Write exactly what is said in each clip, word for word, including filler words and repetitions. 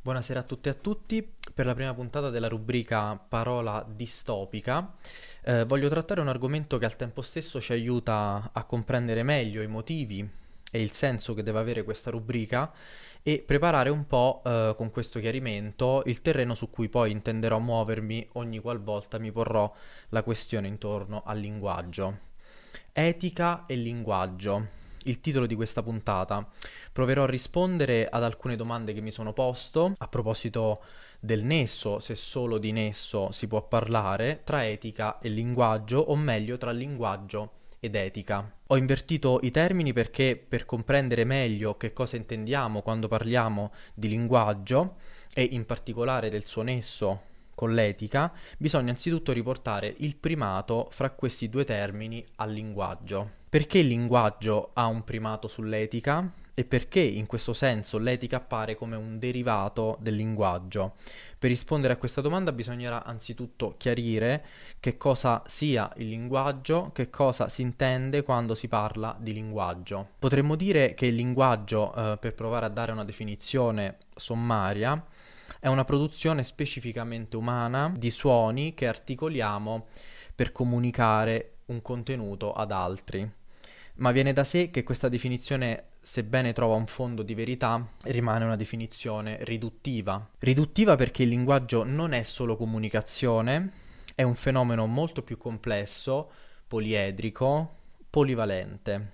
Buonasera a tutte e a tutti. Per la prima puntata della rubrica Parola distopica, eh, voglio trattare un argomento che al tempo stesso ci aiuta a comprendere meglio i motivi e il senso che deve avere questa rubrica e preparare un po', eh, con questo chiarimento, il terreno su cui poi intenderò muovermi ogni qualvolta mi porrò la questione intorno al linguaggio. Etica e linguaggio. Il titolo di questa puntata. Proverò a rispondere ad alcune domande che mi sono posto a proposito del nesso, se solo di nesso si può parlare, tra etica e linguaggio, o meglio tra linguaggio ed etica. Ho invertito i termini perché per comprendere meglio che cosa intendiamo quando parliamo di linguaggio e in particolare del suo nesso con l'etica, bisogna anzitutto riportare il primato fra questi due termini al linguaggio. Perché il linguaggio ha un primato sull'etica e perché in questo senso l'etica appare come un derivato del linguaggio? Per rispondere a questa domanda bisognerà anzitutto chiarire che cosa sia il linguaggio, che cosa si intende quando si parla di linguaggio. Potremmo dire che il linguaggio, eh, per provare a dare una definizione sommaria, è una produzione specificamente umana di suoni che articoliamo per comunicare un contenuto ad altri. Ma viene da sé che questa definizione, sebbene trova un fondo di verità, rimane una definizione riduttiva. Riduttiva perché il linguaggio non è solo comunicazione, è un fenomeno molto più complesso, poliedrico, polivalente.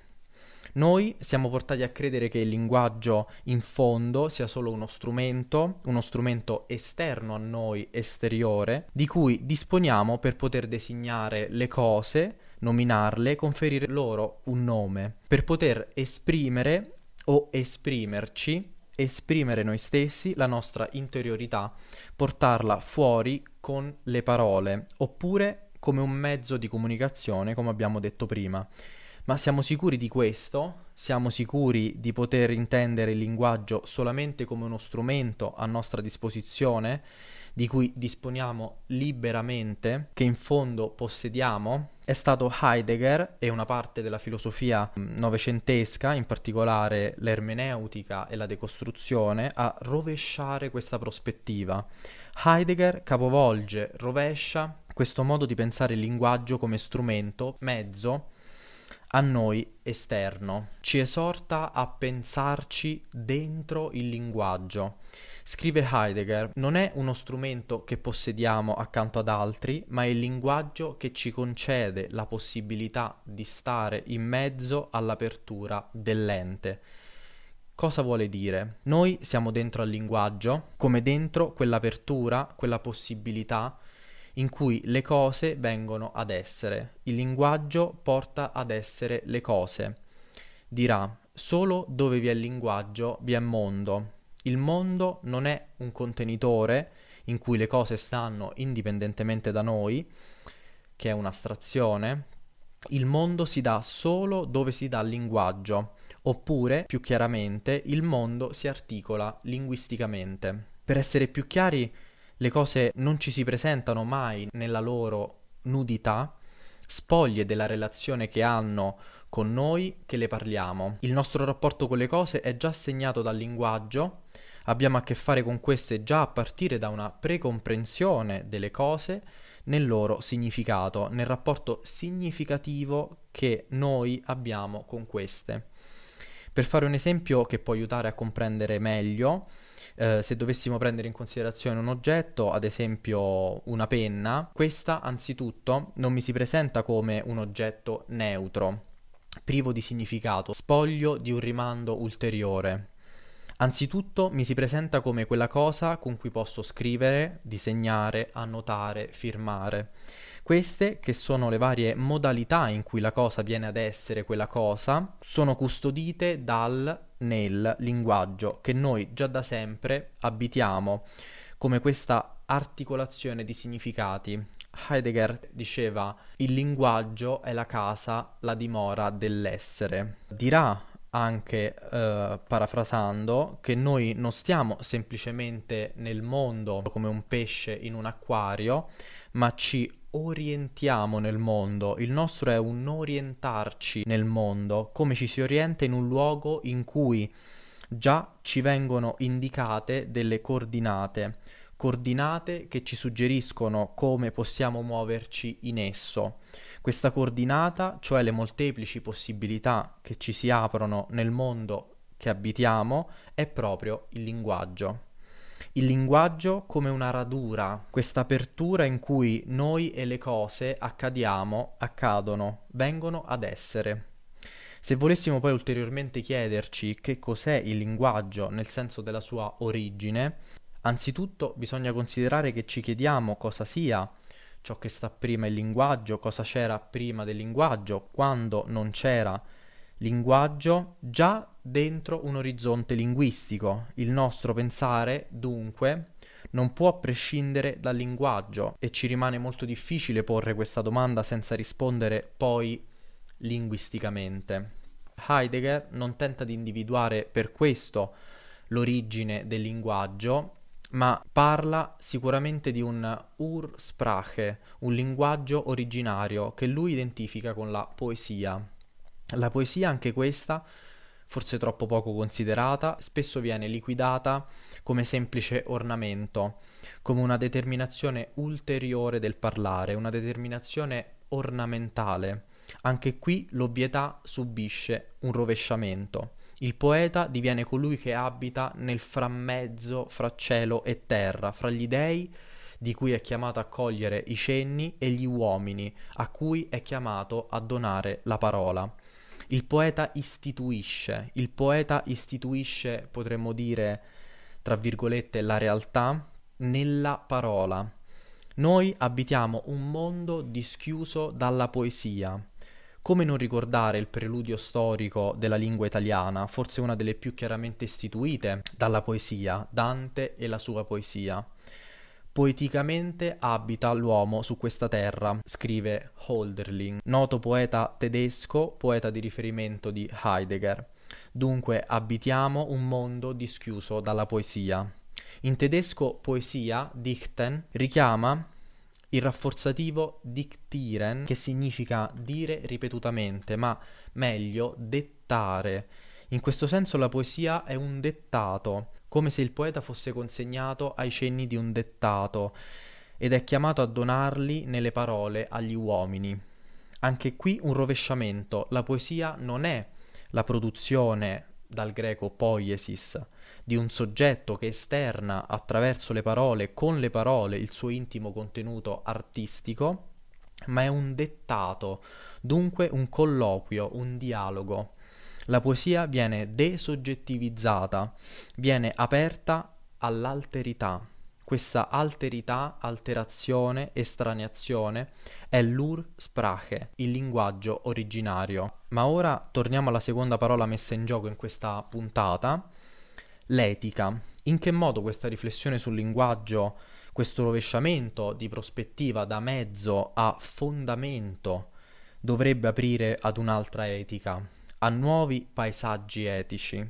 Noi siamo portati a credere che il linguaggio in fondo sia solo uno strumento, uno strumento esterno a noi, esteriore, di cui disponiamo per poter designare le cose, nominarle, conferire loro un nome, per poter esprimere o esprimerci, esprimere noi stessi, la nostra interiorità, portarla fuori con le parole, oppure come un mezzo di comunicazione, come abbiamo detto prima. Ma siamo sicuri di questo? Siamo sicuri di poter intendere il linguaggio solamente come uno strumento a nostra disposizione, di cui disponiamo liberamente, che in fondo possediamo? È stato Heidegger e una parte della filosofia novecentesca, in particolare l'ermeneutica e la decostruzione, a rovesciare questa prospettiva. Heidegger capovolge, rovescia questo modo di pensare il linguaggio come strumento, mezzo, a noi esterno. Ci esorta a pensarci dentro il linguaggio. Scrive Heidegger, non è uno strumento che possediamo accanto ad altri, ma è il linguaggio che ci concede la possibilità di stare in mezzo all'apertura dell'ente. Cosa vuole dire? Noi siamo dentro al linguaggio, come dentro quell'apertura, quella possibilità in cui le cose vengono ad essere. Il linguaggio porta ad essere le cose. Dirà, solo dove vi è linguaggio vi è mondo. Il mondo non è un contenitore in cui le cose stanno indipendentemente da noi, che è un'astrazione. Il mondo si dà solo dove si dà linguaggio, oppure, più chiaramente, il mondo si articola linguisticamente. Per essere più chiari, le cose non ci si presentano mai nella loro nudità, spoglie della relazione che hanno con noi che le parliamo. Il nostro rapporto con le cose è già segnato dal linguaggio, abbiamo a che fare con queste già a partire da una precomprensione delle cose nel loro significato, nel rapporto significativo che noi abbiamo con queste. Per fare un esempio che può aiutare a comprendere meglio, Uh, se dovessimo prendere in considerazione un oggetto, ad esempio una penna, questa anzitutto non mi si presenta come un oggetto neutro, privo di significato, spoglio di un rimando ulteriore. Anzitutto mi si presenta come quella cosa con cui posso scrivere, disegnare, annotare, firmare. Queste, che sono le varie modalità in cui la cosa viene ad essere quella cosa, sono custodite dal nel linguaggio che noi già da sempre abitiamo come questa articolazione di significati. Heidegger diceva: il linguaggio è la casa, la dimora dell'essere. Dirà anche, eh, parafrasando, che noi non stiamo semplicemente nel mondo come un pesce in un acquario, ma ci orientiamo nel mondo. Il nostro è un orientarci nel mondo, come ci si orienta in un luogo in cui già ci vengono indicate delle coordinate, coordinate che ci suggeriscono come possiamo muoverci in esso. Questa coordinata, cioè le molteplici possibilità che ci si aprono nel mondo che abitiamo, è proprio il linguaggio. Il linguaggio come una radura, questa apertura in cui noi e le cose accadiamo, accadono, vengono ad essere. Se volessimo poi ulteriormente chiederci che cos'è il linguaggio nel senso della sua origine, anzitutto bisogna considerare che ci chiediamo cosa sia ciò che sta prima il linguaggio, cosa c'era prima del linguaggio, quando non c'era linguaggio, già dentro un orizzonte linguistico. Il nostro pensare, dunque, non può prescindere dal linguaggio e ci rimane molto difficile porre questa domanda senza rispondere poi linguisticamente. Heidegger non tenta di individuare per questo l'origine del linguaggio, ma parla sicuramente di un Ursprache, un linguaggio originario che lui identifica con la poesia. La poesia, anche questa, forse troppo poco considerata, spesso viene liquidata come semplice ornamento, come una determinazione ulteriore del parlare, una determinazione ornamentale. Anche qui l'ovvietà subisce un rovesciamento. Il poeta diviene colui che abita nel frammezzo fra cielo e terra, fra gli dei di cui è chiamato a cogliere i cenni e gli uomini a cui è chiamato a donare la parola. Il poeta istituisce, il poeta istituisce, potremmo dire, tra virgolette, la realtà nella parola. Noi abitiamo un mondo dischiuso dalla poesia. Come non ricordare il preludio storico della lingua italiana, forse una delle più chiaramente istituite dalla poesia, Dante e la sua poesia. Poeticamente abita l'uomo su questa terra, scrive Hölderlin, noto poeta tedesco, poeta di riferimento di Heidegger. Dunque abitiamo un mondo dischiuso dalla poesia. In tedesco poesia, dichten, richiama il rafforzativo diktieren, che significa dire ripetutamente, ma meglio dettare. In questo senso la poesia è un dettato, come se il poeta fosse consegnato ai cenni di un dettato ed è chiamato a donarli nelle parole agli uomini. Anche qui un rovesciamento. La poesia non è la produzione, dal greco poiesis, di un soggetto che esterna attraverso le parole, con le parole, il suo intimo contenuto artistico, ma è un dettato, dunque un colloquio, un dialogo. La poesia viene desoggettivizzata, viene aperta all'alterità. Questa alterità, alterazione, estraneazione è l'Ursprache, il linguaggio originario. Ma ora torniamo alla seconda parola messa in gioco in questa puntata, l'etica. In che modo questa riflessione sul linguaggio, questo rovesciamento di prospettiva da mezzo a fondamento, dovrebbe aprire ad un'altra etica, a nuovi paesaggi etici?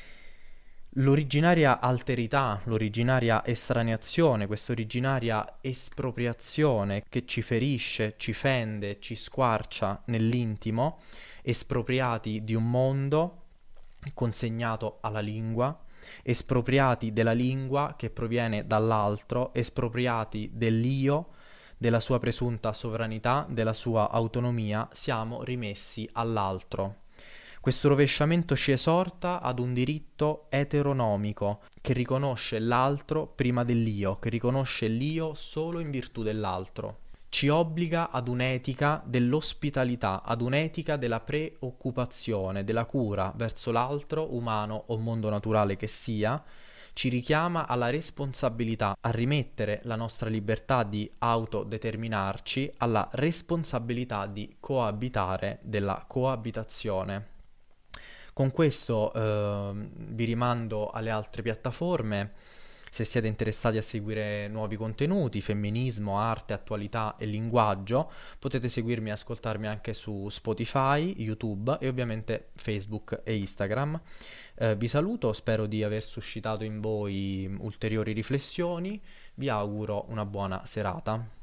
L'originaria alterità, l'originaria estraneazione, questa originaria espropriazione che ci ferisce, ci fende, ci squarcia nell'intimo, espropriati di un mondo consegnato alla lingua, espropriati della lingua che proviene dall'altro, espropriati dell'io, della sua presunta sovranità, della sua autonomia, siamo rimessi all'altro. Questo rovesciamento ci esorta ad un diritto eteronomico che riconosce l'altro prima dell'io, che riconosce l'io solo in virtù dell'altro. Ci obbliga ad un'etica dell'ospitalità, ad un'etica della preoccupazione, della cura verso l'altro, umano o mondo naturale che sia. Ci richiama alla responsabilità, a rimettere la nostra libertà di autodeterminarci alla responsabilità di coabitare, della coabitazione. Con questo eh, vi rimando alle altre piattaforme. Se siete interessati a seguire nuovi contenuti, femminismo, arte, attualità e linguaggio, potete seguirmi e ascoltarmi anche su Spotify, YouTube e ovviamente Facebook e Instagram. Eh, vi saluto, spero di aver suscitato in voi ulteriori riflessioni, vi auguro una buona serata.